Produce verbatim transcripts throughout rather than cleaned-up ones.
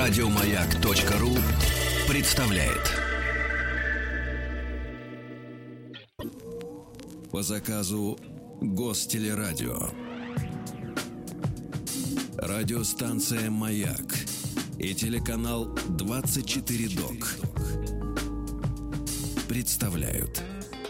Радиомаяк.ру представляет. По заказу Гостелерадио. Радиостанция «Маяк» и телеканал двадцать четыре док представляют.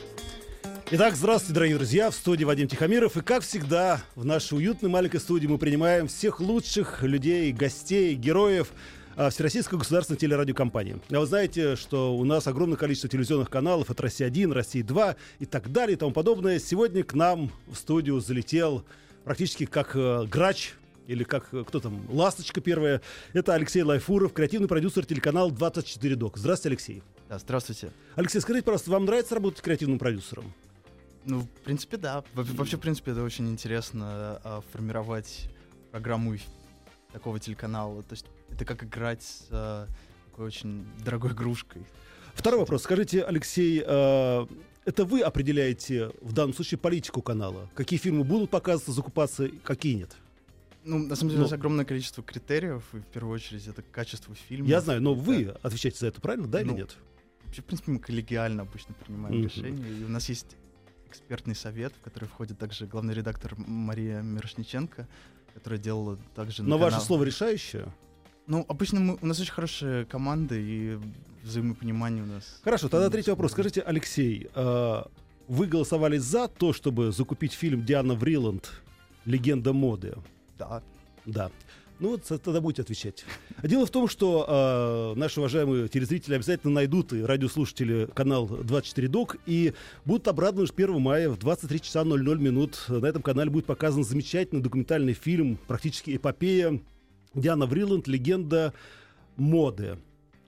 Итак, здравствуйте, дорогие друзья, в студии Вадим Тихомиров. И, как всегда, в нашей уютной маленькой студии мы принимаем всех лучших людей, гостей, героев а, Всероссийской государственной телерадиокомпании. А вы знаете, что у нас огромное количество телевизионных каналов. Это Россия один, Россия два и так далее и тому подобное. Сегодня к нам в студию залетел практически как э, грач, или как, кто там, ласточка первая. Это Алексей Лайфуров, креативный продюсер телеканала двадцать четыре док. Здравствуйте, Алексей. Да, здравствуйте. Алексей, скажите, пожалуйста, вам нравится работать креативным продюсером? Ну, в принципе, да. Во- Вообще, в принципе, это очень интересно а, формировать программу и- такого телеканала. То есть это как играть с а, такой очень дорогой игрушкой. Второй вопрос. Скажите, Алексей, э, это вы определяете в данном случае политику канала? Какие фильмы будут показываться, закупаться, какие нет? Ну, на самом деле, Ну. у нас огромное количество критериев, и в первую очередь это качество фильма. Я знаю, но вы отвечаете за это, правильно, да или Ну, нет? Вообще, в принципе, мы коллегиально обычно принимаем Мгм. решения, и у нас есть экспертный совет, в который входит также главный редактор Мария Мирошниченко, которая делала также... на Но ваше канал- слово решающее? Ну, обычно мы, у нас очень хорошая команда и взаимопонимание у нас. Хорошо, тогда третий вопрос. Скажите, Алексей, э, вы голосовали за то, чтобы закупить фильм Диана Вриланд «Легенда моды»? Да. Да. Ну вот тогда будете отвечать. Дело в том, что э, наши уважаемые телезрители обязательно найдут, и радиослушатели, канал двадцать четыре док, и будут обрадованы, что первого мая в двадцать три часа ноль ноль минут на этом канале будет показан замечательный документальный фильм, практически эпопея, Диана Вриланд «Легенда моды».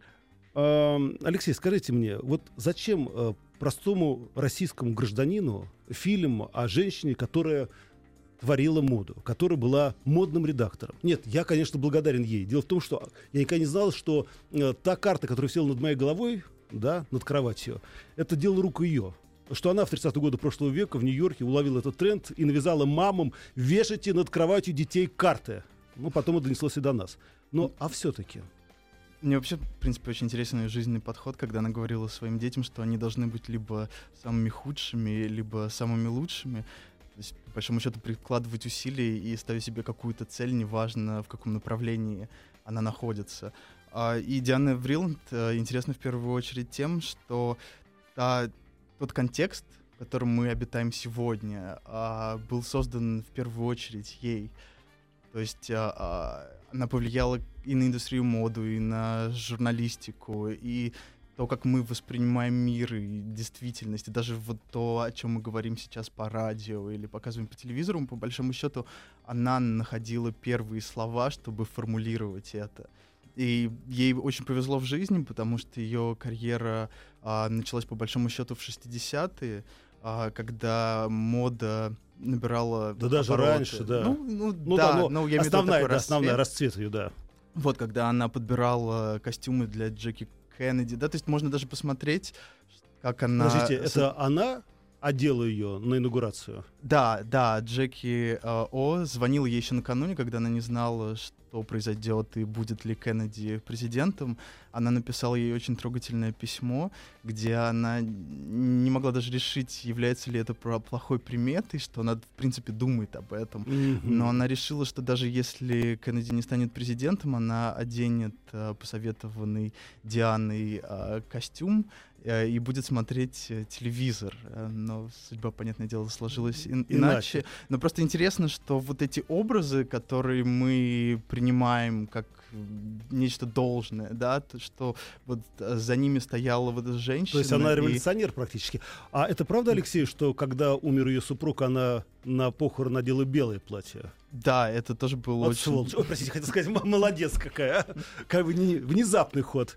Э, Алексей, скажите мне, вот зачем э, простому российскому гражданину фильм о женщине, которая творила моду, которая была модным редактором? Нет, я, конечно, благодарен ей. Дело в том, что я никогда не знал, что э, та карта, которая висела над моей головой, да, над кроватью, это дело рук ее. Что она в тридцатые годы прошлого века в Нью-Йорке уловила этот тренд и навязала мамам: вешайте над кроватью детей карты. Ну, потом это донеслось и до нас. Но, а все-таки... Мне вообще, в принципе, очень интересен ее жизненный подход, когда она говорила своим детям, что они должны быть либо самыми худшими, либо самыми лучшими. То есть, по большому счету, прикладывать усилия и ставить себе какую-то цель, неважно, в каком направлении она находится. А, И Диана Вриланд э, интересна в первую очередь тем, что та- тот контекст, в котором мы обитаем сегодня, а, был создан в первую очередь ей. То есть а, а, она повлияла и на индустрию моду, и на журналистику, и то, как мы воспринимаем мир и действительность, и даже вот то, о чем мы говорим сейчас по радио или показываем по телевизору, по большому счету, она находила первые слова, чтобы формулировать это. И ей очень повезло в жизни, потому что ее карьера а, началась по большому счету в шестидесятые, а, когда мода набирала Да даже обороты. раньше, да. Ну, ну, Ну да, да, но ну, я имею в виду основная, такой да, основная расцвет. расцвет ее, да. Вот, когда она подбирала костюмы для Джеки Кеннеди, да, то есть можно даже посмотреть, как она... Подождите, с- это она одела ее на инаугурацию? Да, да, Джеки э, О звонила ей еще накануне, когда она не знала, что произойдет и будет ли Кеннеди президентом. Она написала ей очень трогательное письмо, где она не могла даже решить, является ли это про- плохой приметой, что она, в принципе, думает об этом. Мгм. Но она решила, что даже если Кеннеди не станет президентом, она оденет э, посоветованный Дианой э, костюм э, и будет смотреть э, телевизор. Э, но судьба, понятное дело, сложилась ин- Иначе. иначе. Но просто интересно, что вот эти образы, которые мы принимаем как м, нечто должное, да, то, что вот э, за ними стояла вот эта женщина. То есть она и- революционер практически. А это правда, Алексей, что когда умер ее супруг, она на похорон надела белое платье? Да, это тоже был Вот очень... сволочь. Ой, простите, хотел сказать, м- молодец какая. а. Как бы не- внезапный ход.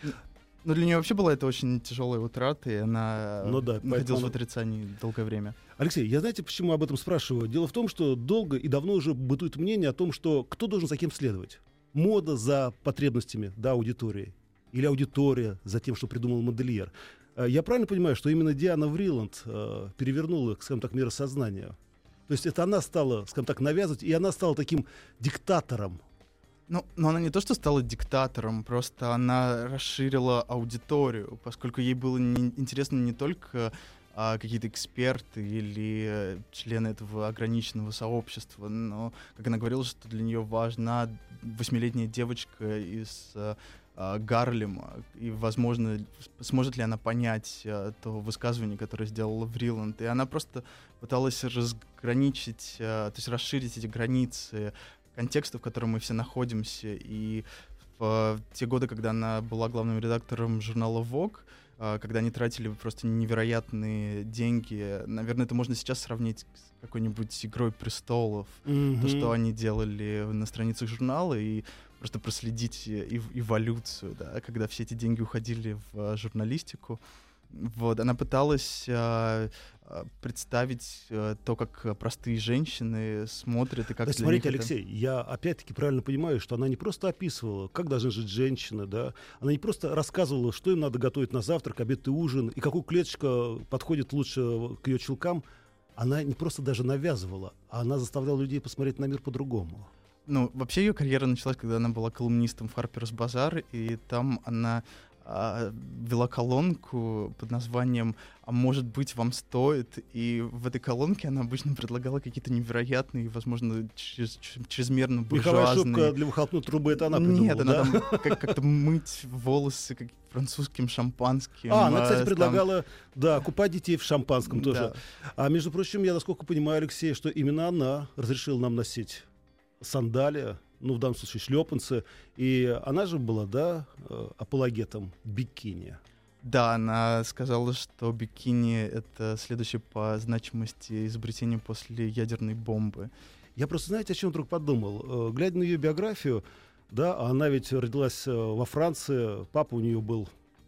Ну, для нее вообще была это очень тяжелая утрата, и она Ну да, находилась поэтому- в отрицании долгое время. Алексей, я знаете, почему об этом спрашиваю? Дело в том, что долго и давно уже бытует мнение о том, что кто должен за кем следовать. Мода за потребностями, да, аудитории. Или аудитория за тем, что придумал модельер. Э, Я правильно понимаю, что именно Диана Вриланд э, перевернула, скажем так, миросознание? То есть это она стала, скажем так, навязывать, и она стала таким диктатором. Ну, но она не то, что стала диктатором, просто она расширила аудиторию, поскольку ей было не, интересно не только а, какие-то эксперты или члены этого ограниченного сообщества, но, как она говорила, что для нее важна восьмилетняя девочка из а, Гарлема, и, возможно, сможет ли она понять а, то высказывание, которое сделала Вриланд. И она просто пыталась разграничить, а, то есть расширить эти границы контекста, в котором мы все находимся. И в те годы, когда она была главным редактором журнала Vogue, когда они тратили просто невероятные деньги, наверное, это можно сейчас сравнить с какой-нибудь «Игрой престолов», mm-hmm. то, что они делали на страницах журнала, и просто проследить ив- эволюцию, да, когда все эти деньги уходили в журналистику. Вот, она пыталась а, а, представить а, то, как простые женщины смотрят и как... То есть, смотрите, Алексей, это... я опять-таки правильно понимаю, что она не просто описывала, как должны жить женщины, да, она не просто рассказывала, что им надо готовить на завтрак, обед и ужин, и какая клеточка подходит лучше к ее чулкам. Она не просто даже навязывала, а она заставляла людей посмотреть на мир по-другому. Ну, вообще ее карьера началась, когда она была колумнистом в Harper's Bazaar, и там она а, вела колонку под названием «А может быть, вам стоит?». И в этой колонке она обычно предлагала какие-то невероятные, возможно, чрез, чрезмерно буржуазные... Меховая шубка для выхлопной трубы — это она придумала, Нет, да? она там как- как-то мыть волосы как французским шампанским. А, она, кстати, там... предлагала, да, купать детей в шампанском тоже. Да. А, между прочим, я, насколько понимаю, Алексей, что именно она разрешила нам носить сандалии, ну, в данном случае шлепанцы, и она же была, да, апологетом бикини. Да, она сказала, что бикини — это следующее по значимости изобретение после ядерной бомбы. Я просто, знаете, о чем вдруг подумал? Глядя на ее биографию, да, она ведь родилась во Франции, папа у нее был...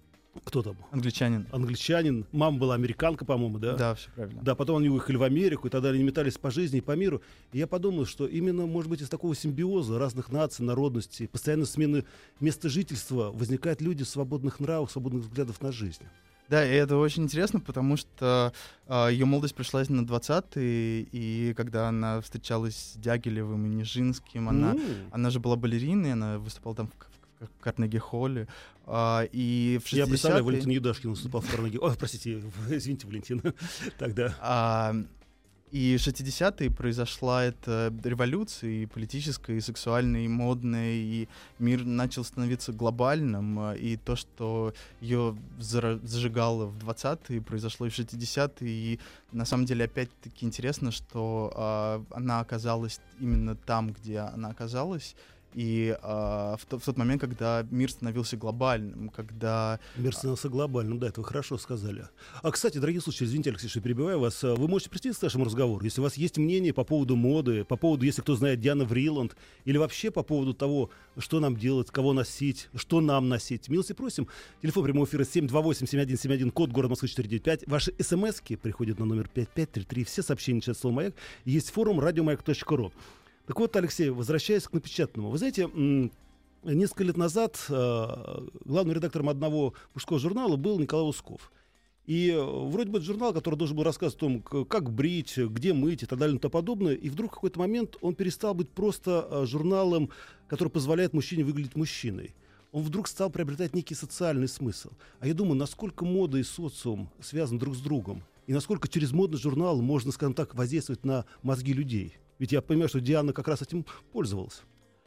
Кто там? Англичанин. Англичанин. Мама была американка, по-моему, да? Да, все правильно. Да, потом они уехали в Америку, и тогда они метались по жизни и по миру. И я подумал, что именно, может быть, из такого симбиоза разных наций, народностей, постоянной смены места жительства возникают люди свободных нравов, свободных взглядов на жизнь. Да, и это очень интересно, потому что э, ее молодость пришлась на двадцатые, и когда она встречалась с Дягилевым и Нижинским, она, mm. она же была балериной, она выступала там в в Карнеги-холле, а, и в шестидесятые... Я представляю, Валентин Юдашкин выступал в Карнеги... Ой, простите, извините, Валентин, тогда... А, и в шестидесятые произошла эта революция, и политическая, и сексуальная, и модная, и мир начал становиться глобальным, и то, что ее зажигало в двадцатые, произошло и в шестидесятые, и на самом деле опять-таки интересно, что а, она оказалась именно там, где она оказалась, и а, в, то, в тот момент, когда мир становился глобальным, когда... Мир становился глобальным, да, это вы хорошо сказали. А, кстати, дорогие слушатели, извините, Алексей, что я перебиваю вас, вы можете присоединиться к нашему разговору, если у вас есть мнение по поводу моды, по поводу, если кто знает Диана Вриланд, или вообще по поводу того, что нам делать, кого носить, что нам носить. Милости просим. Телефон прямого эфира семь два восемь семь один семь один, код город Москвы четыре девять пять. Ваши смски приходят на номер пять пять три три. Все сообщения через слово «Маяк». Есть форум радиомаяк точка ру. Так вот, Алексей, возвращаясь к напечатанному. Вы знаете, несколько лет назад э, главным редактором одного мужского журнала был Николай Усков. И э, вроде бы это журнал, который должен был рассказывать о том, как брить, где мыть и так далее и тому подобное. И вдруг в какой-то момент он перестал быть просто э, журналом, который позволяет мужчине выглядеть мужчиной. Он вдруг стал приобретать некий социальный смысл. А я думаю, насколько мода и социум связаны друг с другом. И насколько через модный журнал можно, скажем так, воздействовать на мозги людей. Ведь я понимаю, что Диана как раз этим пользовалась.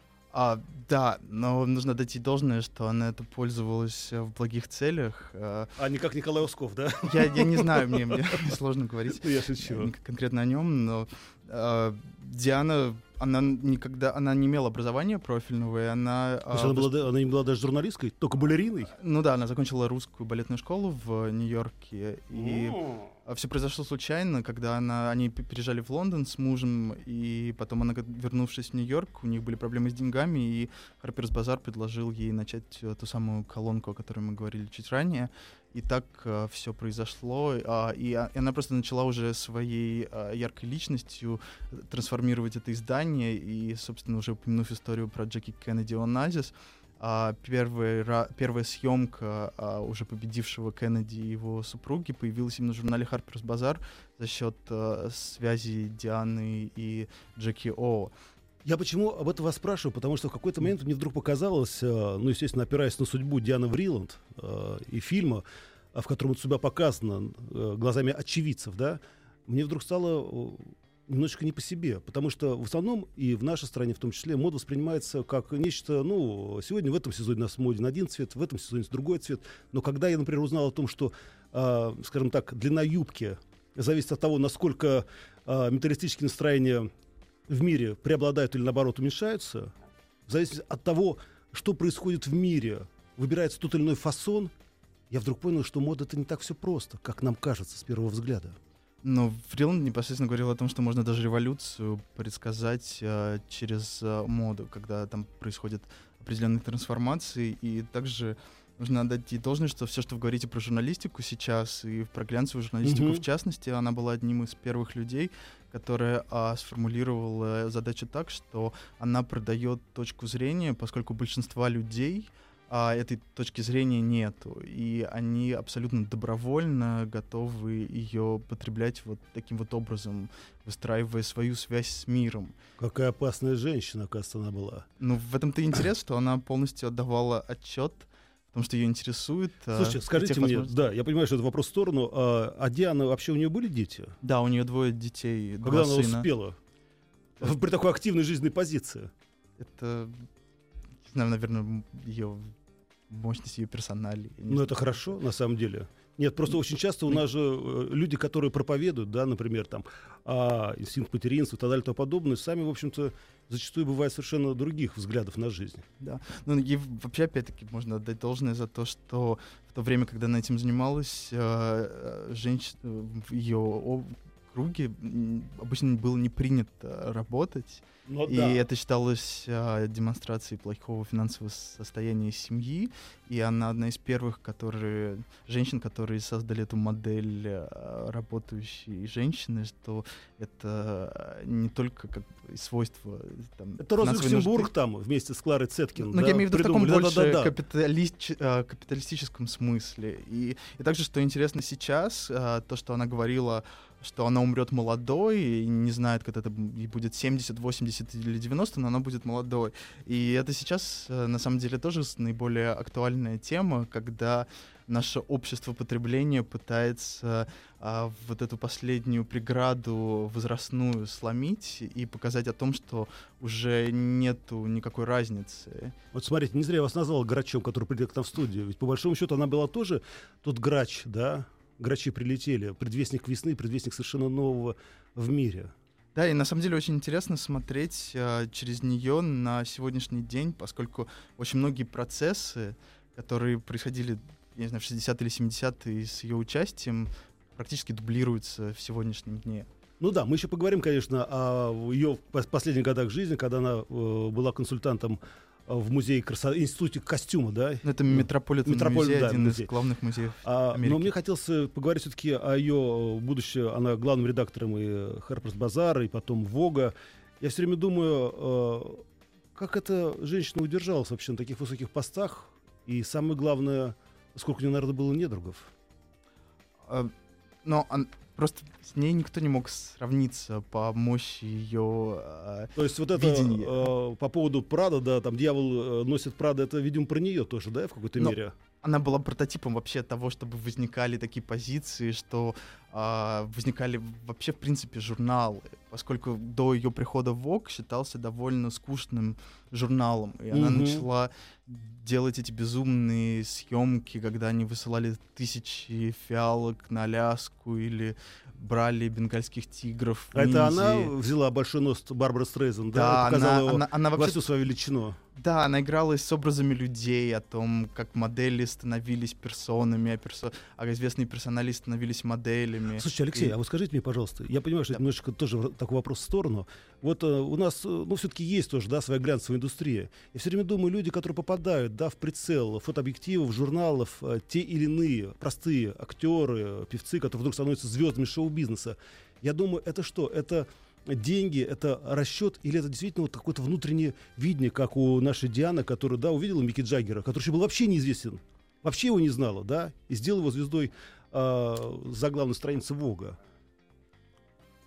А, да, но нужно дать ей должное, что она это пользовалась в благих целях. А не как Николай Усков, да? Я, я не знаю, мне, мне сложно говорить я шучу. Конкретно о нем, но а, Диана, она никогда, она не имела образования профильного, и она... То есть а, она, была, она не была даже журналисткой, только балериной? Ну да, она закончила русскую балетную школу в Нью-Йорке, и... Все произошло случайно, когда она, они переезжали в Лондон с мужем, и потом она, вернувшись в Нью-Йорк, у них были проблемы с деньгами, и Harper's Bazaar предложил ей начать ту самую колонку, о которой мы говорили чуть ранее. И так uh, все произошло, uh, и, uh, и она просто начала уже своей uh, яркой личностью трансформировать это издание, и, собственно, уже упомянув историю про Джеки Кеннеди Оназис, Uh, первая, первая съемка uh, уже победившего Кеннеди и его супруги появилась именно в журнале Harper's Bazaar за счет uh, связи Дианы и Джеки О. Я почему об этом вас спрашиваю? Потому что в какой-то момент мне вдруг показалось, э, ну, естественно, опираясь на судьбу Дианы Вриланд э, и фильма, в котором эта судьба показана э, глазами очевидцев, да, мне вдруг стало э, немножечко не по себе. Потому что в основном, и в нашей стране в том числе, мода воспринимается как нечто, ну, сегодня в этом сезоне у нас моден один цвет, в этом сезоне другой цвет. Но когда я, например, узнал о том, что, э, скажем так, длина юбки зависит от того, насколько э, металлистические настроения в мире преобладают или, наоборот, уменьшаются, в зависимости от того, что происходит в мире, выбирается тот или иной фасон, я вдруг понял, что мода — это не так все просто, как нам кажется с первого взгляда. Но Фриланд непосредственно говорил о том, что можно даже революцию предсказать э, через э, моду, когда там происходят определенные трансформации, и также нужно отдать ей должное, что все, что вы говорите про журналистику сейчас, и про глянцевую журналистику Mm-hmm. в частности, она была одним из первых людей, которая а, сформулировала задачу так, что она продает точку зрения, поскольку большинства людей а, этой точки зрения нету, и они абсолютно добровольно готовы ее потреблять вот таким вот образом, выстраивая свою связь с миром. Какая опасная женщина, оказывается, она была. Ну, в этом-то и интерес, что она полностью отдавала отчет, потому что ее интересует. Слушайте, скажите мне, да, я понимаю, что это вопрос в сторону, а, а Диана, вообще у нее были дети? Да, у нее двое детей, Когда два она сына. успела? При такой активной жизненной позиции. Это, не знаю, наверное, ее мощность, ее персоналии. Ну, это хорошо, на самом деле. Нет, просто очень часто у нас же э, люди, которые проповедуют, да, например, там, а, инстинкт материнства и так далее и тому подобное, сами, в общем-то, зачастую бывают совершенно других взглядов на жизнь. Да. Ну, ей вообще, опять-таки, можно отдать должное за то, что в то время, когда она этим занималась, э, женщина в ее о- круге м, обычно было не принято работать. Ну, И да. это считалось а, демонстрацией плохого финансового состояния семьи. И она одна из первых которые, женщин, которые создали эту модель а, работающей женщины, что это не только как бы свойство там, Это Роза финансовой Люксембург нужды. там вместе с Кларой Цеткин. Ну, да, я имею в виду в таком придумали. больше Да-да-да-да. капиталист- а, капиталистическом смысле. И, и также, что интересно сейчас, а, то, что она говорила, что она умрет молодой и не знает, когда это б- ей будет семьдесят, восемьдесят или девяносто, но она будет молодой. И это сейчас, э, на самом деле, тоже с- наиболее актуальная тема, когда наше общество потребления пытается а, вот эту последнюю преграду возрастную сломить и показать о том, что уже нету никакой разницы. Вот смотрите, не зря я вас назвал грачом, который придет к нам в студию. Ведь по большому счету она была тоже тот грач, да? Грачи прилетели, предвестник весны, предвестник совершенно нового в мире. Да, и на самом деле очень интересно смотреть а, через нее на сегодняшний день, поскольку очень многие процессы, которые происходили, я не знаю, в шестидесятые или семидесятые с ее участием, практически дублируются в сегодняшнем дне. Ну да, мы еще поговорим, конечно, о ее пос- последних годах жизни, когда она э, была консультантом э, в музее красоты, институте костюма, да? Ну, это Метрополитен Метрополитен, музей, да, один музей. из главных музеев А, Америки. но мне хотелось э, поговорить все-таки о ее будущем. Она главным редактором и Harper's Bazaar, и потом Vogue. Я все время думаю, э, как эта женщина удержалась вообще на таких высоких постах, и самое главное, сколько у нее, наверное, было недругов. А, Но он- просто с ней никто не мог сравниться по мощи ее... а, То есть вот это Видение. э, по поводу Прада, да, там дьявол э, носит Прада, это, видимо, про нее тоже, да, в какой-то Но- мере? Она была прототипом вообще того, чтобы возникали такие позиции, что а, возникали вообще, в принципе, журналы, поскольку до ее прихода в Vogue считался довольно скучным журналом. И она Мгм. начала делать эти безумные съемки, когда они высылали тысячи фиалок на Аляску или брали бенгальских тигров в А это она Индии. взяла большой нос Барбары Стрейзен, да, Да, и показала она, его она, она во вообще всю свою величину. Да, она играла с образами людей, о том, как модели становились персонами, а, персо... а известные персонали становились моделями. Слушайте, Алексей, И- а вы скажите мне, пожалуйста, я понимаю, что Да. это немножечко тоже в- такой вопрос в сторону. Вот э, у нас, э, ну, все-таки есть тоже, да, своя глянцевая индустрия. Я все время думаю, люди, которые попадают, да, в прицел фотообъективов, журналов, э, те или иные простые актеры, э, певцы, которые вдруг становятся звездами шоу-бизнеса. Я думаю, это что? Это деньги, это расчет, или это действительно вот какое-то внутреннее видение, как у нашей Дианы, которая, да, увидела Микки Джаггера, который еще был вообще неизвестен, вообще его не знала, да, и сделала его звездой э, за главной страницей Вога.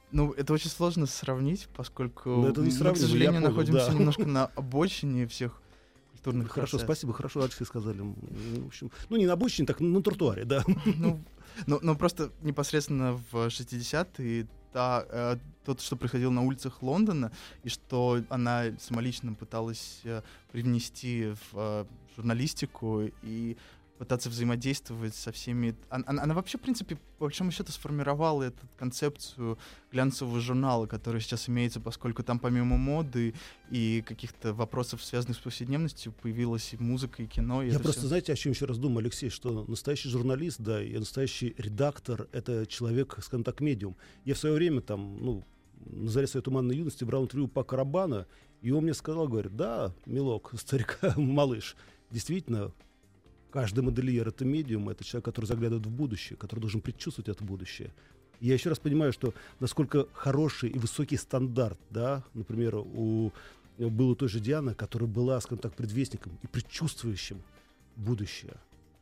Ну, это очень сложно сравнить, поскольку Но это не мы, к сравнимо, я сожалению, понял, находимся да. немножко на обочине всех культурных Хорошо, процессов. спасибо, хорошо, Алексей, сказали. Ну, в общем, ну, не на обочине, так на тротуаре, да. Ну, но, но просто непосредственно в шестидесятые та, э, то, что происходило на улицах Лондона, и что она самолично пыталась э, привнести в э, журналистику и пытаться взаимодействовать со всеми... Она, она, она вообще, в принципе, по большому счету сформировала эту концепцию глянцевого журнала, который сейчас имеется, поскольку там помимо моды и каких-то вопросов, связанных с повседневностью, появилась и музыка, и кино. И Я это просто, всё. знаете, о чем еще раз думаю, Алексей, что настоящий журналист, да, и настоящий редактор — это человек, скажем так, медиум. Я в свое время, там, ну, на заре своей туманной юности брал интервью Пака Раббана, и он мне сказал, говорит, да, милок, старика, малыш, действительно, каждый модельер — это медиум, это человек, который заглядывает в будущее, который должен предчувствовать это будущее. И я еще раз понимаю, что насколько хороший и высокий стандарт, да, например, у, был у той же Дианы, которая была, скажем так, предвестником и предчувствующим будущее.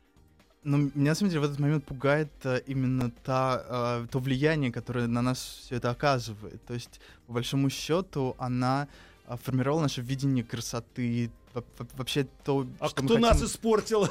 Но меня, на самом деле, в этот момент пугает а, именно та, а, то влияние, которое на нас все это оказывает. То есть, по большому счету, она а, формировала наше видение красоты, во- во- вообще то, А что мы кто хотим... нас испортил?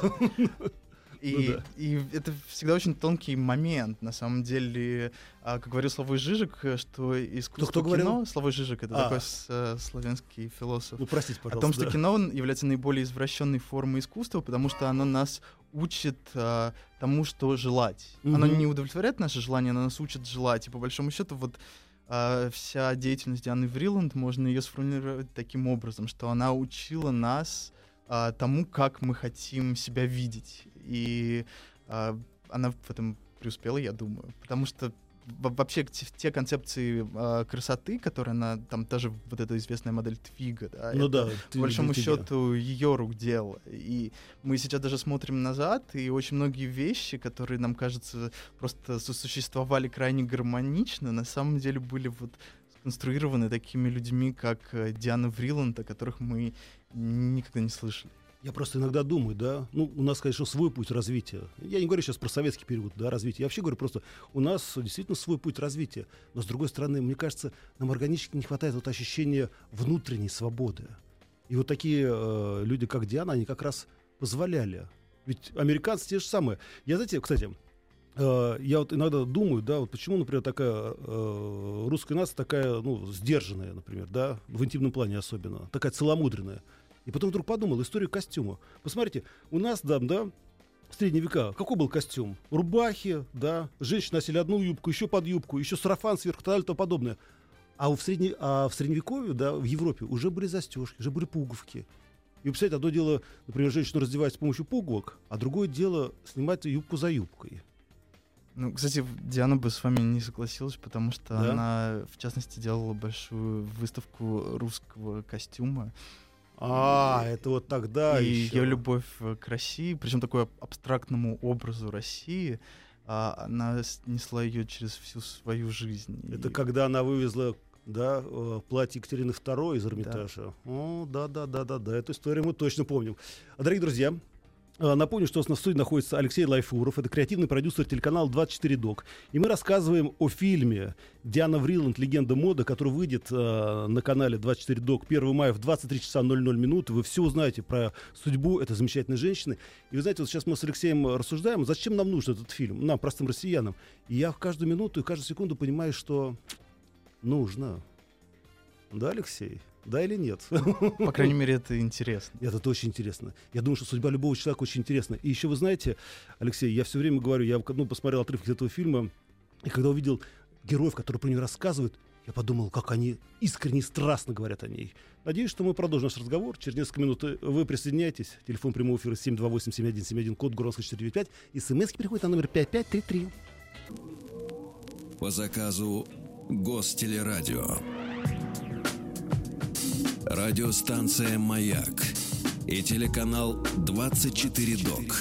И, Ну да. и это всегда очень тонкий момент, на самом деле. А, как говорил Славой Жижик, что искусство кто говорил? кино... Славой Жижик — это А. такой с- э, славянский философ. Ну, простите, О пожалуйста. том, что да. кино является наиболее извращенной формой искусства, потому что оно нас учит а, тому, что желать. Оно Мгм. не удовлетворяет наши желания, оно нас учит желать. И по большому счету вот а, вся деятельность Дианы Вриланд, можно ее сформулировать таким образом, что она учила нас а, тому, как мы хотим себя видеть. И а, она в этом преуспела, я думаю. Потому что во- вообще те, те концепции а, красоты, которые она, там даже вот эта известная модель Твига, да, Ну это, да. по большому счету ее рук дело. И мы сейчас даже смотрим назад, и очень многие вещи, которые нам кажется просто сосуществовали крайне гармонично, на самом деле были вот сконструированы такими людьми, как э, Диана Вриланд, о которых мы никогда не слышали. Я просто иногда думаю, да, ну, у нас, конечно, свой путь развития. Я не говорю сейчас про советский период, да, развития. Я вообще говорю просто, у нас действительно свой путь развития. Но, с другой стороны, мне кажется, нам органически не хватает вот ощущения внутренней свободы. И вот такие э, люди, как Диана, они как раз позволяли. Ведь американцы те же самые. Я, знаете, кстати, э, я вот иногда думаю, да, вот почему, например, такая э, русская нация такая, ну, сдержанная, например, да, в интимном плане особенно, такая целомудренная. И потом вдруг подумал, историю костюма. Посмотрите, у нас, да, да, в средние века, какой был костюм? Рубахи, да, женщины носили одну юбку, еще под юбку, еще сарафан сверху, и так далее, и тому подобное. А, в, средне, а в средневековье, да, в Европе уже были застежки, уже были пуговки. И, представляете, одно дело, например, женщину раздевать с помощью пуговок, а другое дело снимать юбку за юбкой. Ну, кстати, Диана бы с вами не согласилась, потому что Да? она, в частности, делала большую выставку русского костюма. А, это вот тогда и еще. ее любовь э, к России, причем такой абстрактному образу России, а, она с- несла ее через всю свою жизнь. Это И- когда она вывезла, да, э, платье Екатерины второй из Эрмитажа. О, да, да, да, да, да. Эту историю мы точно помним. А, дорогие друзья, э, напомню, что у нас на студии находится Алексей Лайфуров. Это креативный продюсер телеканала двадцать четыре док. И мы рассказываем о фильме «Диана Вриланд. Легенда моды», который выйдет э, на канале двадцать четыре док первого мая в двадцать три часа ноль ноль минут. Вы все узнаете про судьбу этой замечательной женщины. И вы знаете, вот сейчас мы с Алексеем рассуждаем, зачем нам нужен этот фильм, нам, простым россиянам. И я в каждую минуту и каждую секунду понимаю, что нужно. Да, Алексей? Да или нет? По крайней мере, это интересно. Нет, это очень интересно. Я думаю, что судьба любого человека очень интересна. И еще, вы знаете, Алексей, я все время говорю, я ну, посмотрел отрывки этого фильма, и когда увидел героев, которые про нее рассказывают, я подумал, как они искренне и страстно говорят о ней. Надеюсь, что мы продолжим наш разговор. Через несколько минут вы присоединяйтесь. Телефон прямого эфира семь два восемь семь один семь один, код Гуровского четыре девять пять. И смс-ки приходят на номер пять пять три три. По заказу Гостелерадио. Радиостанция «Маяк» и телеканал двадцать четыре док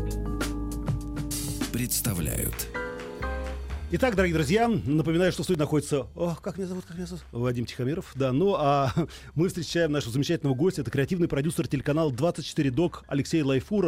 представляют. Итак, дорогие друзья, напоминаю, что в студии находится... О, как меня зовут? Как меня зовут? Вадим Тихомиров. Да, ну а мы встречаем нашего замечательного гостя. Это креативный продюсер телеканала двадцать четыре док Алексей Лайфуров.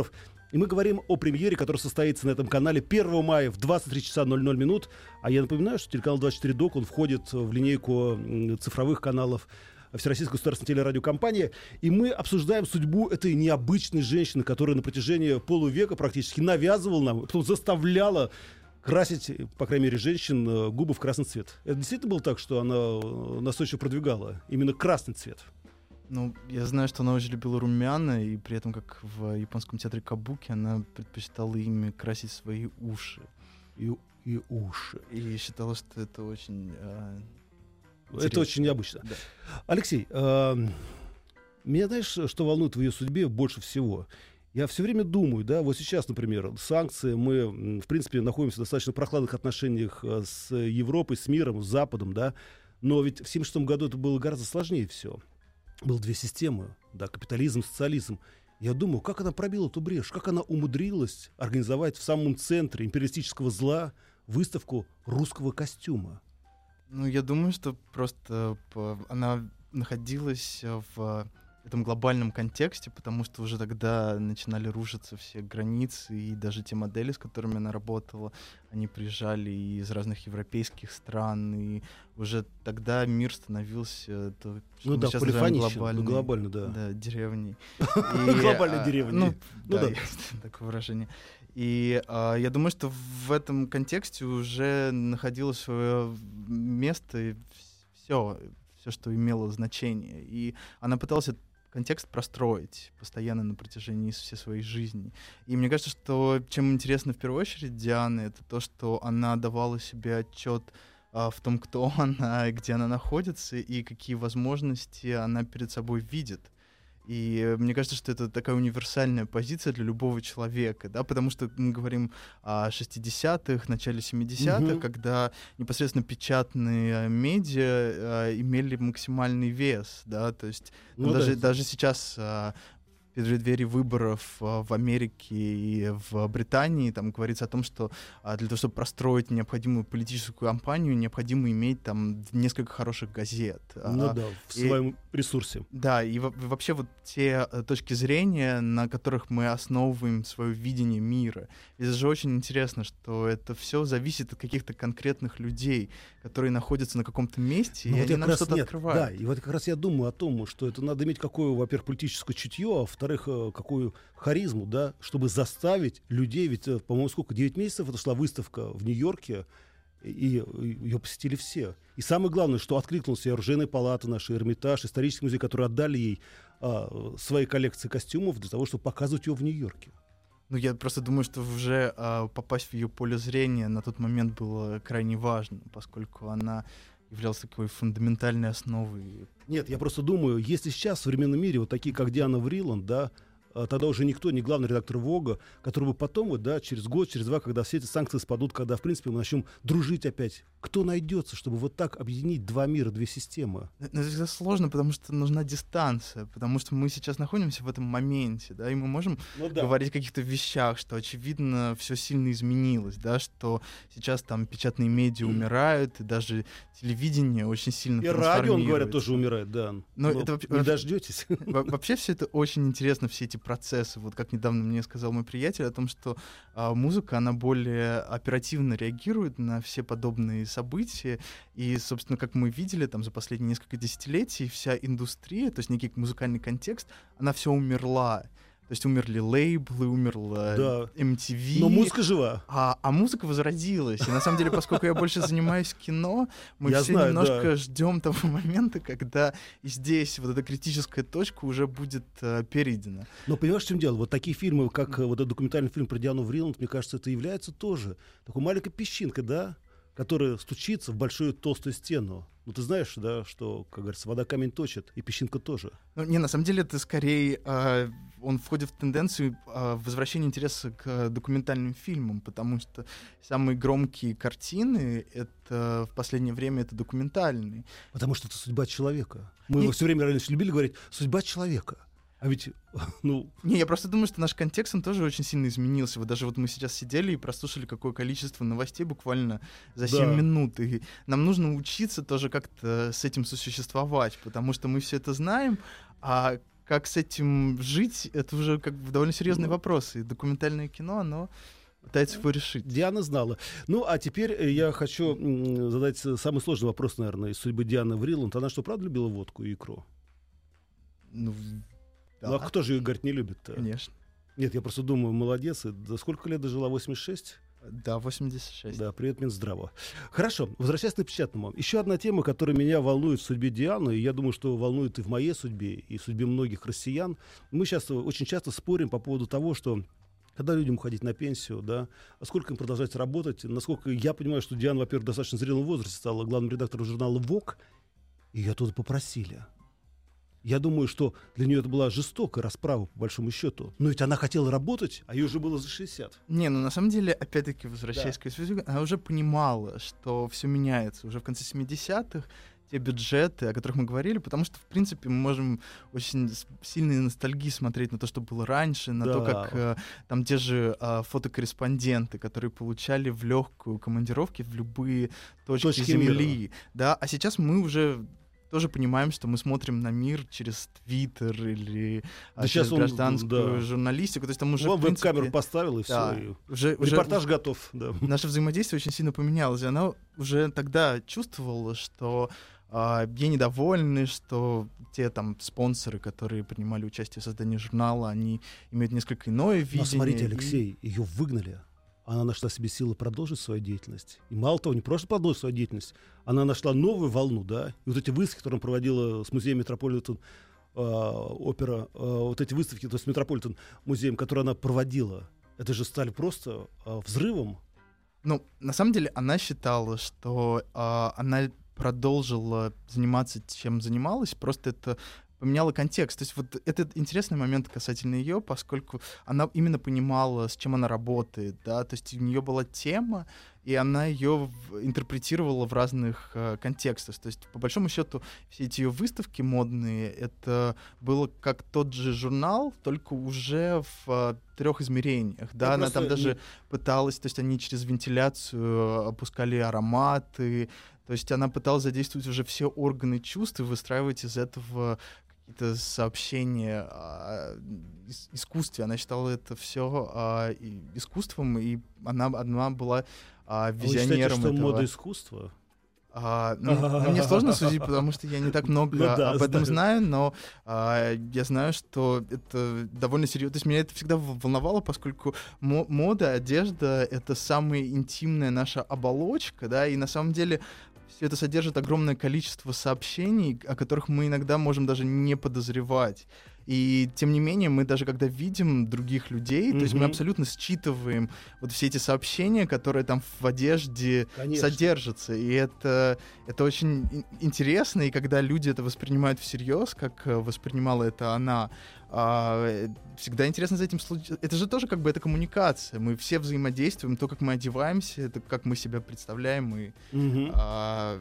И мы говорим о премьере, которая состоится на этом канале первого мая в двадцать три часа ноль ноль минут. А я напоминаю, что телеканал двадцать четыре док, он входит в линейку цифровых каналов Всероссийской государственной телерадиокомпании. И мы обсуждаем судьбу этой необычной женщины, которая на протяжении полувека практически навязывала нам, потом заставляла красить, по крайней мере, женщин губы в красный цвет. Это действительно было так, что она настойчиво продвигала именно красный цвет? Ну, я знаю, что она очень любила румяна, и при этом, как в японском театре кабуки, она предпочитала ими красить свои уши. И, и уши. И считала, что это очень... Э, это очень необычно. Да. Алексей, э, меня, знаешь, что волнует в ее судьбе больше всего? Я все время думаю, да, вот сейчас, например, санкции, мы, в принципе, находимся в достаточно прохладных отношениях с Европой, с миром, с Западом, да, но ведь в семьдесят шестом году это было гораздо сложнее все. Было две системы, да, капитализм, социализм. Я думаю, как она пробила эту брешь, как она умудрилась организовать в самом центре империалистического зла выставку русского костюма. Ну, я думаю, что просто она находилась в этом глобальном контексте, потому что уже тогда начинали рушиться все границы, и даже те модели, с которыми она работала, они приезжали из разных европейских стран, и уже тогда мир становился то, что ну мы да, сейчас называем глобальной, глобально, да. Да, деревней. Глобальной деревней. Ну да, есть такое выражение. И а, я думаю, что в этом контексте уже находило свое место все, все, что имело значение. И она пыталась этот контекст простроить постоянно на протяжении всей своей жизни. И мне кажется, что чем интересно в первую очередь Дианы, это то, что она давала себе отчет а, в том, кто она, где она находится и какие возможности она перед собой видит. И мне кажется, что это такая универсальная позиция для любого человека, да, потому что мы говорим о шестидесятых, начале семидесятых, угу. когда непосредственно печатные медиа а, имели максимальный вес, да, то есть ну, даже, да. даже сейчас а, в преддверии выборов а, в Америке и в Британии там говорится о том, что а, для того, чтобы простроить необходимую политическую кампанию, необходимо иметь там несколько хороших газет. Ну а, да, в и, своем ресурсе. Да, и в, вообще вот те точки зрения, на которых мы основываем свое видение мира. Это же очень интересно, что это все зависит от каких-то конкретных людей, которые находятся на каком-то месте, ну, и вот они нам что-то нет, открывают. Да, и вот как раз я думаю о том, что это надо иметь какое, во-первых, политическое чутье, а во-вторых, какую харизму, да, чтобы заставить людей, ведь, по-моему, сколько, девять месяцев это шла выставка в Нью-Йорке, и, и ее посетили все. И самое главное, что откликнулся и Оружейная палата наша, и Эрмитаж, исторический музей, которые отдали ей а, свои коллекции костюмов для того, чтобы показывать ее в Нью-Йорке. Ну, я просто думаю, что уже а, попасть в ее поле зрения на тот момент было крайне важно, поскольку она являлась такой фундаментальной основой. Нет, я просто думаю, если сейчас в современном мире вот такие, как Диана Вриланд, да, тогда уже никто, не главный редактор Вога, который бы потом, вот, да, через год, через два, когда все эти санкции спадут, когда, в принципе, мы начнем дружить опять, кто найдется, чтобы вот так объединить два мира, две системы? Но это всегда сложно, потому что нужна дистанция, потому что мы сейчас находимся в этом моменте, да, и мы можем ну, да. говорить о каких-то вещах, что, очевидно, все сильно изменилось, да, что сейчас там печатные медиа умирают, и даже телевидение очень сильно и радио, он, говорят, тоже умирает, да. Но, Но это, не дождетесь. Вообще все это очень интересно, все эти процессы. Вот как недавно мне сказал мой приятель о том, что а, музыка, она более оперативно реагирует на все подобные события. И, собственно, как мы видели там за последние несколько десятилетий, вся индустрия, то есть некий музыкальный контекст, она все умерла. То есть умерли лейблы, умерла да. эм ти ви. Но музыка жива. А, а музыка возродилась. И на самом деле, поскольку я больше занимаюсь кино, мы я все знаю, немножко да. ждем того момента, когда и здесь вот эта критическая точка уже будет uh, перейдена. Но понимаешь, в чем дело? Вот такие фильмы, как вот этот документальный фильм про Диану Вриланд, мне кажется, это является тоже такой маленькой песчинкой, да, которая стучится в большую толстую стену. Ну, ты знаешь, да, что, как говорится, вода камень точит, и песчинка тоже. Ну, не, на самом деле, это скорее, э, он входит в тенденцию э, возвращения интереса к э, документальным фильмам, потому что самые громкие картины, это в последнее время, это документальные. Потому что это судьба человека. Мы и... все время раньше любили говорить «судьба человека». А ведь, ну... Не, я просто думаю, что наш контекст, он тоже очень сильно изменился. Вот даже вот мы сейчас сидели и прослушали какое количество новостей буквально за семь да. минут. И нам нужно учиться тоже как-то с этим сосуществовать, потому что мы все это знаем, а как с этим жить, это уже как бы довольно серьезный вопрос. И документальное кино, оно пытается его решить. Диана знала. Ну, а теперь я хочу м, задать самый сложный вопрос, наверное, из судьбы Дианы Вриланд. Она что, правда любила водку и икру? Ну, да. Ну, а кто же ее, говорит, не любит-то? Конечно. Нет, я просто думаю, молодец. И за сколько лет дожила? восемьдесят шесть? Да, восемьдесят шесть. Да, привет, Минздраво. Хорошо, возвращаясь к напечатанному. Еще одна тема, которая меня волнует в судьбе Дианы, и я думаю, что волнует и в моей судьбе, и в судьбе многих россиян. Мы сейчас очень часто спорим по поводу того, что когда людям уходить на пенсию, да, а сколько им продолжать работать. Насколько я понимаю, что Диана, во-первых, в достаточно зрелом возрасте стала главным редактором журнала «Вог», и ее оттуда попросили. Я думаю, что для нее это была жестокая расправа, по большому счету. Но ведь она хотела работать, а ей уже было за шестьдесят. Не, ну на самом деле, опять-таки, возвращаясь Да. к Фейсбуку, она уже понимала, что все меняется. Уже в конце семидесятых те бюджеты, о которых мы говорили, потому что, в принципе, мы можем очень с- сильной ностальгии смотреть на то, что было раньше, на то, Да. как э, там те же э, фотокорреспонденты, которые получали в легкую командировки в любые точки, Точки Земли. Да? А сейчас мы уже тоже понимаем, что мы смотрим на мир через Твиттер или а, Да через сейчас он, гражданскую да. журналистику. То есть там уже, Вон в принципе, веб-камеру поставил, и да, все. И уже, уже репортаж готов. Да. наше взаимодействие очень сильно поменялось. И она уже тогда чувствовала, что а, ей недовольны, что те там спонсоры, которые принимали участие в создании журнала, они имеют несколько иное видение. Но смотрите, и- Алексей, ее выгнали. Она нашла себе силы продолжить свою деятельность. И мало того, не просто продолжить свою деятельность, она нашла новую волну, да. И вот эти выставки, которые она проводила с музеем Метрополитен э, опера, э, вот эти выставки, то есть Метрополитен музеем, которые она проводила, это же стали просто э, взрывом. Ну, на самом деле, она считала, что а, она продолжила заниматься, чем занималась, просто это поменяло контекст. То есть вот этот интересный момент касательно ее, поскольку она именно понимала, с чем она работает, да, то есть у нее была тема, и она ее интерпретировала в разных э, контекстах. То есть, по большому счету, все эти ее выставки модные, это было как тот же журнал, только уже в э, трех измерениях. Да, Я она просто там даже не- пыталась, то есть они через вентиляцию опускали ароматы, то есть она пыталась задействовать уже все органы чувств и выстраивать из этого какие-то сообщения о ис- искусстве. Она считала это все искусством, и она одна была а, А вы считаете, визионером что этого. мода искусство? А, ну, ну, мне сложно судить, потому что я не так много Ну да, об этом знаю. знаю, но а, я знаю, что это довольно серьезно. То есть меня это всегда в- волновало, поскольку мо- мода, одежда — это самая интимная наша оболочка, да, и на самом деле все это содержит огромное количество сообщений, о которых мы иногда можем даже не подозревать. И тем не менее, мы даже когда видим других людей, то есть мы Мгм. абсолютно считываем вот все эти сообщения, которые там в одежде Конечно. содержатся. И это, это очень ин- интересно, и когда люди это воспринимают всерьез, как э, воспринимала это она, а, э, всегда интересно за этим следить. Это же тоже как бы это коммуникация. Мы все взаимодействуем, то, как мы одеваемся, это как мы себя представляем, и Мгм. а,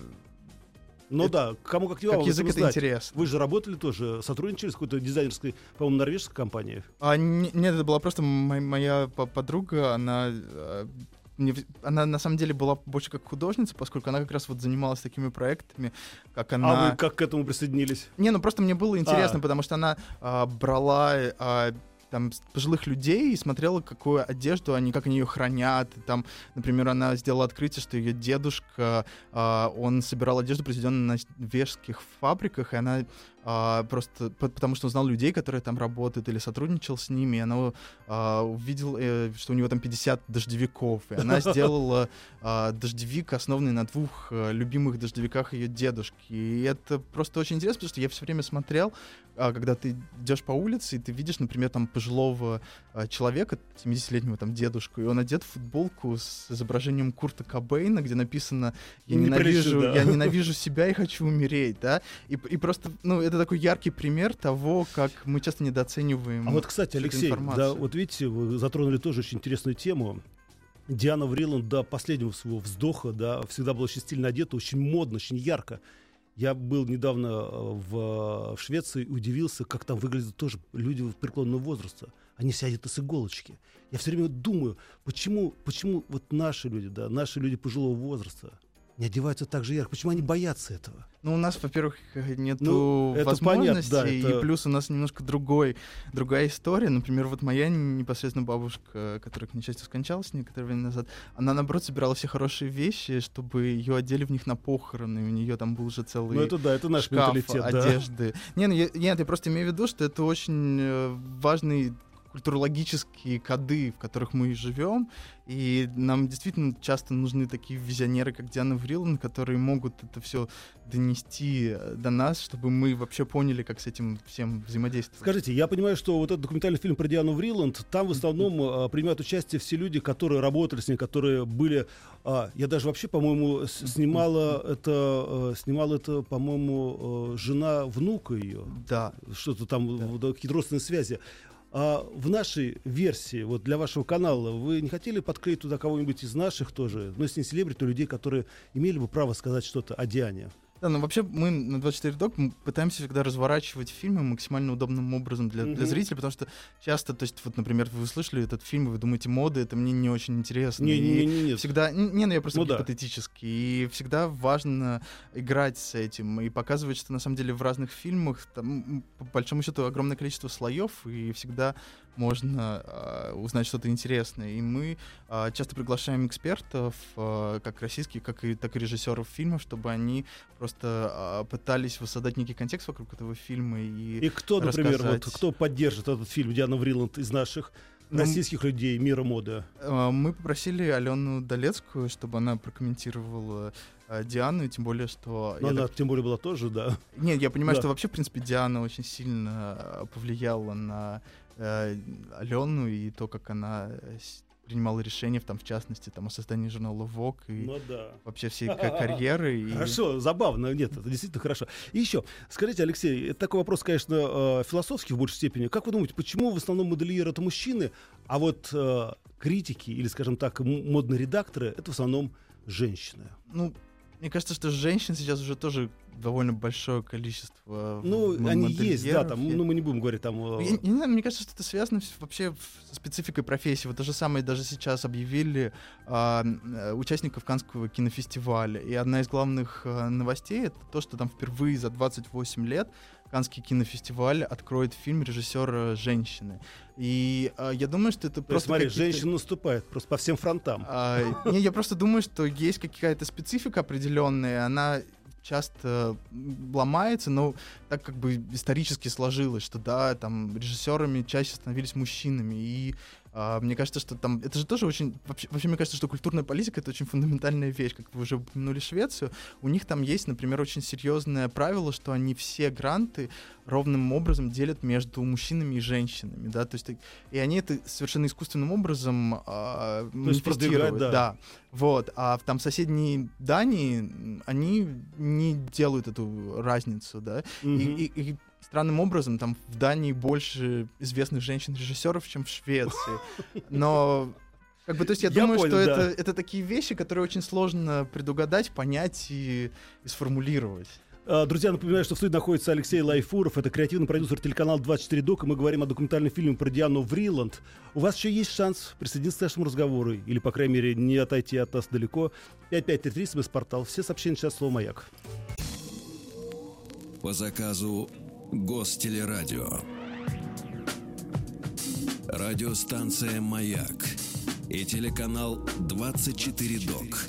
Ну это- да, кому как не вам, как об язык этом это знать. интересно. Вы же работали тоже, сотрудничали с какой-то дизайнерской, по-моему, норвежской компанией. А, не- нет, это была просто мо- моя по- подруга, она, э, мне в- она на самом деле была больше как художница, поскольку она как раз вот занималась такими проектами, как она... А вы как к этому присоединились? Не, ну просто мне было интересно, А. потому что она а, брала а, там с- пожилых людей и смотрела, какую одежду они, как они ее хранят. И там, например, она сделала открытие, что ее дедушка, а, он собирал одежду, произведенную на норвежских фабриках, и она а, просто по- потому что узнал людей, которые там работают, или сотрудничал с ними, и она а, увидела, э, что у него там пятьдесят дождевиков, и она сделала а, дождевик, основанный на двух э, любимых дождевиках ее дедушки. И это просто очень интересно, потому что я все время смотрел, а, когда ты идешь по улице, и ты видишь, например, там пожилого а, человека, семидесятилетнего там дедушку, и он одет в футболку с изображением Курта Кобейна, где написано «Я Неприлично, ненавижу, да. я ненавижу себя и хочу умереть», да? И, и просто, ну, это такой яркий пример того, как мы часто недооцениваем А вот, кстати, всю эту Алексей, да, информацию. вот видите, вы затронули тоже очень интересную тему. Диана Вриланд до последнего своего вздоха, да, всегда была очень стильно одета, очень модно, очень ярко. Я был недавно э, в, в Швеции и удивился, как там выглядят тоже люди преклонного возраста. Они все одеты с иголочки. Я все время думаю, почему, почему вот наши люди, да, наши люди пожилого возраста, не одеваются так же ярко? Почему они боятся этого? Ну, у нас, во-первых, нету Ну, это возможностей, понятно, да, это- и плюс у нас немножко другой, другая история. Например, вот моя непосредственно бабушка, которая, к несчастью, скончалась некоторое время назад, она, наоборот, собирала все хорошие вещи, чтобы ее одели в них на похороны, и у нее там был уже целый Ну, это да, это наш шкаф менталитет, да. одежды. Не, ну, я, нет, я просто имею в виду, что это очень э, важный культурологические коды, в которых мы живем, и нам действительно часто нужны такие визионеры, как Диана Вриланд, которые могут это все донести до нас, чтобы мы вообще поняли, как с этим всем взаимодействовать. Скажите, я понимаю, что вот этот документальный фильм про Диану Вриланд, там в основном а, принимают участие все люди, которые работали с ней, которые были... а, я даже вообще, по-моему, с- снимала это, а, снимала это, по-моему, а, жена внука ее. Да. Что-то там, Да. вот, какие-то родственные связи. А в нашей версии, вот для вашего канала, вы не хотели подклеить туда кого-нибудь из наших тоже, ну, если не селебрити, то людей, которые имели бы право сказать что-то о Диане? Да, ну вообще мы на двадцать четыре док мы пытаемся всегда разворачивать фильмы максимально удобным образом для, для Мгм. зрителя, потому что часто, то есть вот, например, вы слышали этот фильм, и вы думаете, мода, это мне не очень интересно. Не, И не, не, не. всегда, н- не, ну я просто Ну да. гипотетически, и всегда важно играть с этим и показывать, что на самом деле в разных фильмах там, м, по большому счету огромное количество слоев, и всегда можно а, узнать что-то интересное. И мы а, часто приглашаем экспертов, а, как российских, как и, так и режиссеров фильмов, чтобы они просто а, пытались воссоздать некий контекст вокруг этого фильма. И, И кто, например, вот, рассказать. кто поддержит этот фильм Диана Вриланд из наших Ну, российских людей мира моды? а, мы попросили Алену Долецкую, чтобы она прокомментировала а, Диану, и тем более, что... Но я она, так- тем более, была тоже, да. Нет, я понимаю, Да. что вообще, в принципе, Диана очень сильно а, повлияла на э, Алену и то, как она э, с- принимала решения, в, там, в частности, там, о создании журнала Vogue и Ну да. вообще всей ка- карьеры. И... Хорошо, забавно. Нет, это действительно хорошо. И еще, скажите, Алексей, это такой вопрос, конечно, э, философский в большей степени. Как вы думаете, почему в основном модельеры — это мужчины, а вот э, критики или, скажем так, м- модные редакторы — это в основном женщины? Ну, мне кажется, что женщин сейчас уже тоже довольно большое количество. Ну, м- они есть, да, модельеров. там, Я- ну, мы не будем говорить там... э, Я, я не знаю, мне кажется, что это связано с- вообще в- со спецификой профессии. Вот то же самое даже сейчас объявили а, м, э, участников Каннского кинофестиваля. И одна из главных а, новостей — это то, что там впервые за двадцать восемь лет Каннский кинофестиваль откроет фильм режиссера женщины. И а, я думаю, что это То есть, просто смотри, какие-то- женщина наступает просто по всем фронтам. а, не, я просто думаю, что есть какая-то специфика определенная, она часто м, ломается, но так как бы исторически сложилось, что да, там режиссерами чаще становились мужчинами, и а, мне кажется, что там это же тоже очень вообще, вообще мне кажется, что культурная политика — это очень фундаментальная вещь, как вы уже упомянули Швецию, у них там есть, например, очень серьезное правило, что они все гранты ровным образом делят между мужчинами и женщинами, да, то есть и они это совершенно искусственным образом а, есть продвигают, манифестируют, да. да. Вот, а в там соседней Дании м, они не делают эту разницу, да, и, Мгм. и- и странным образом там в Дании больше известных женщин-режиссеров, чем в Швеции, но как бы, то есть я, Я думаю, понял, что да. это, это такие вещи, которые очень сложно предугадать, понять и, и сформулировать. А, Друзья, напоминаю, что в студии находится Алексей Лайфуров, это креативный продюсер телеканала двадцать четыре док, и мы говорим о документальном фильме про Диану Вриланд. У вас еще есть шанс присоединиться к нашему разговору, или, по крайней мере, не отойти от нас далеко. пять пять три три, смс-портал. Все сообщения сейчас слово «Маяк». По заказу Гостелерадио. Радиостанция «Маяк» и телеканал двадцать четыре док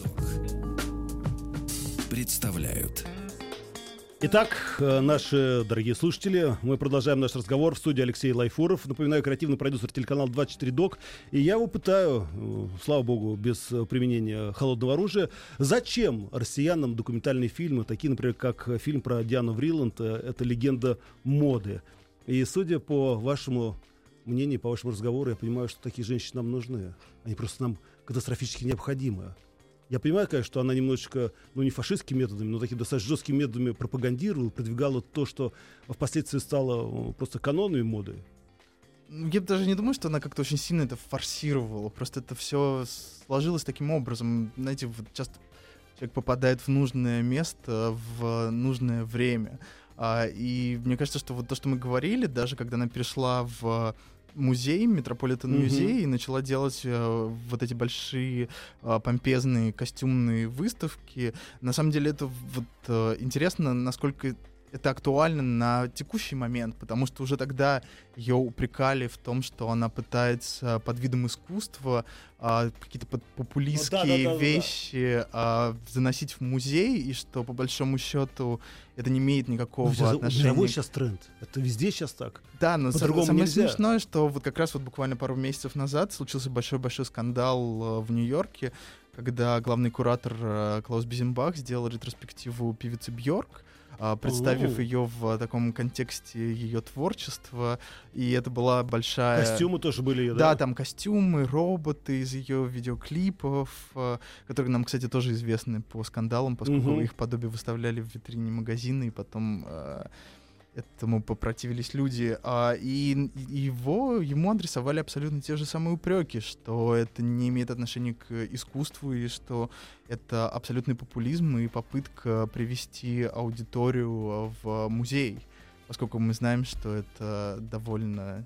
представляют. Итак, э, наши дорогие слушатели, мы продолжаем наш разговор в студии Алексей Лайфуров. Напоминаю, креативный продюсер телеканала двадцать четыре док. И я его пытаю, э, слава богу, без э, применения холодного оружия, зачем россиянам документальные фильмы, такие, например, как э, фильм про Диану Вриланд, э, это легенда моды. И судя по вашему мнению, по вашему разговору, я понимаю, что такие женщины нам нужны. Они просто нам катастрофически необходимы. Я понимаю, конечно, что она немножечко, ну, не фашистскими методами, но такими достаточно жесткими методами пропагандировала, продвигала то, что впоследствии стало э, просто канонами моды. Ну, я даже не думаю, что она как-то очень сильно это форсировала. Просто это все сложилось таким образом. Знаете, вот часто человек попадает в нужное место в нужное время. А, и мне кажется, что вот то, что мы говорили, даже когда она перешла в музей, Метрополитен-музей, Мгм. и начала делать э, вот эти большие э, помпезные костюмные выставки. На самом деле это вот э, интересно, насколько это актуально на текущий момент, потому что уже тогда ее упрекали в том, что она пытается под видом искусства а, какие-то под- популистские Ну, да-да-да-да-да. вещи а, заносить в музей, и что по большому счету это не имеет никакого Ну, сейчас отношения. мировой к- сейчас тренд. Это везде сейчас так. Да, но По-другому са- самое нельзя. смешное, что вот как раз вот буквально пару месяцев назад случился большой-большой скандал э, в Нью-Йорке, когда главный куратор э, Клаус Бизенбах сделал ретроспективу певицы Бьорк, а, представив О. ее в таком контексте ее творчества, и это была большая... Костюмы тоже были, Да, да? там костюмы, роботы из ее видеоклипов, э, которые нам, кстати, тоже известны по скандалам, поскольку Мгм. их подобие выставляли в витрине магазина, и потом э, этому попротивились люди. А, и и его, ему адресовали абсолютно те же самые упреки, что это не имеет отношения к искусству, и что это абсолютный популизм и попытка привести аудиторию в музей, поскольку мы знаем, что это довольно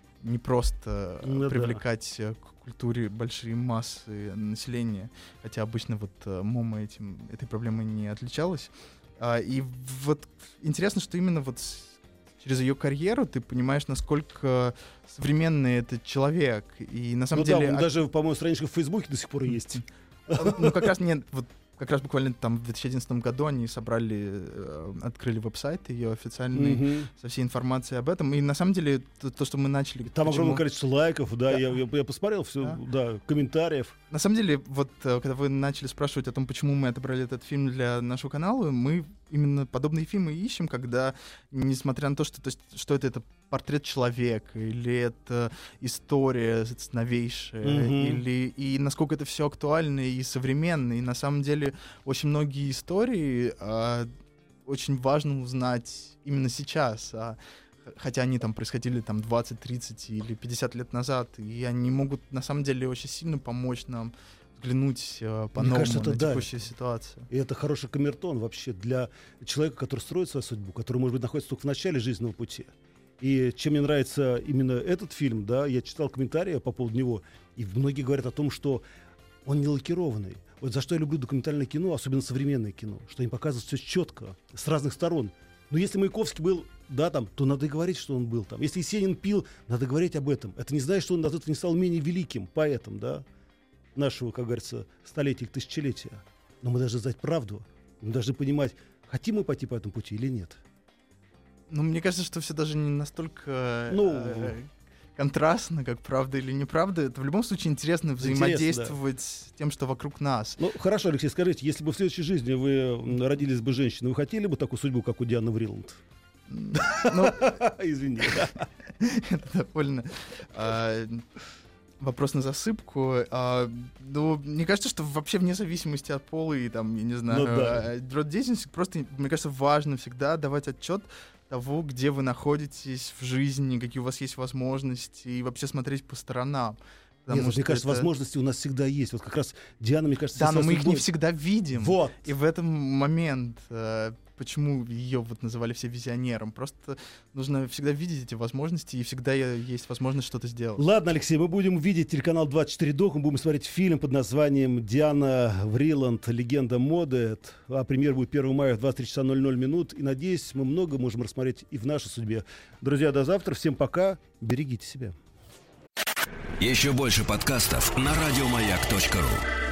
непросто Ну да. привлекать э, к культуре большие массы населения, хотя обычно вот э, МОМА этим, этой проблемой не отличалась. А, и вот интересно, что именно вот с- через ее карьеру ты понимаешь, насколько современный этот человек. И на самом Ну да, деле... он а- даже, по-моему, страничка в Фейсбуке до сих пор есть. Ну, как раз нет, вот как раз буквально там в две тысячи одиннадцатом году они собрали, э, открыли веб-сайт ее официальный, Мгм. со всей информацией об этом. И на самом деле то, то, что мы начали... Там почему- огромное количество лайков, да, Да. Я, я, я посмотрел все, Да. да, комментариев. На самом деле, вот э, когда вы начали спрашивать о том, почему мы отобрали этот фильм для нашего канала, мы именно подобные фильмы ищем, когда, несмотря на то, что, то есть, что это, это портрет человека, или это история с- новейшая, Мгм. или и насколько это все актуально и современно. И на самом деле очень многие истории а, очень важно узнать именно сейчас. а, х- Хотя они там происходили там двадцать, тридцать или пятьдесят лет назад, и они могут на самом деле очень сильно помочь нам взглянуть э, по-новому кажется, это на да. текущую ситуацию. И это хороший камертон вообще для человека, который строит свою судьбу, который, может быть, находится только в начале жизненного пути. И чем мне нравится именно этот фильм, да, я читал комментарии по поводу него, и многие говорят о том, что он не лакированный. Вот за что я люблю документальное кино, особенно современное кино, что они показывают все четко, с разных сторон. Но если Маяковский был, да, там, то надо и говорить, что он был там. Если Есенин пил, надо говорить об этом. Это не значит, что он от этого не стал менее великим поэтом, да, нашего, как говорится, столетия или тысячелетия. Но мы должны знать правду. Мы должны понимать, хотим мы пойти по этому пути или нет. Ну, мне кажется, что все даже не настолько Ну, э, контрастно, как правда или неправда. Это в любом случае интересно взаимодействовать с тем, что вокруг нас. Ну, хорошо, Алексей, скажите, если бы в следующей жизни вы м, родились бы женщиной, вы хотели бы такую судьбу, как у Дианы Вриланд? М, Ну, Извини. это довольно а, вопрос на засыпку. А, ну, мне кажется, что вообще вне зависимости от пола и там, я не знаю, Ну да. а, род деятельности, просто, мне кажется, важно всегда давать отчет того, где вы находитесь в жизни, какие у вас есть возможности, и вообще смотреть по сторонам. Потому Нет, вот мне что кажется, это- возможности у нас всегда есть. Вот как раз Диана, мне кажется, Да, со но мы своей их не судьбой- всегда видим. Вот. И в этом момент, э, почему ее вот называли все визионером. Просто нужно всегда видеть эти возможности, и всегда е- есть возможность что-то сделать. Ладно, Алексей, мы будем видеть телеканал двадцать четыре док, мы будем смотреть фильм под названием «Диана Вриланд. Легенда моды». А премьер будет первого мая в двадцать три часа ноль ноль минут. И, надеюсь, мы много можем рассмотреть и в нашей судьбе. Друзья, до завтра. Всем пока. Берегите себя. Еще больше подкастов на радиомаяк точка ру.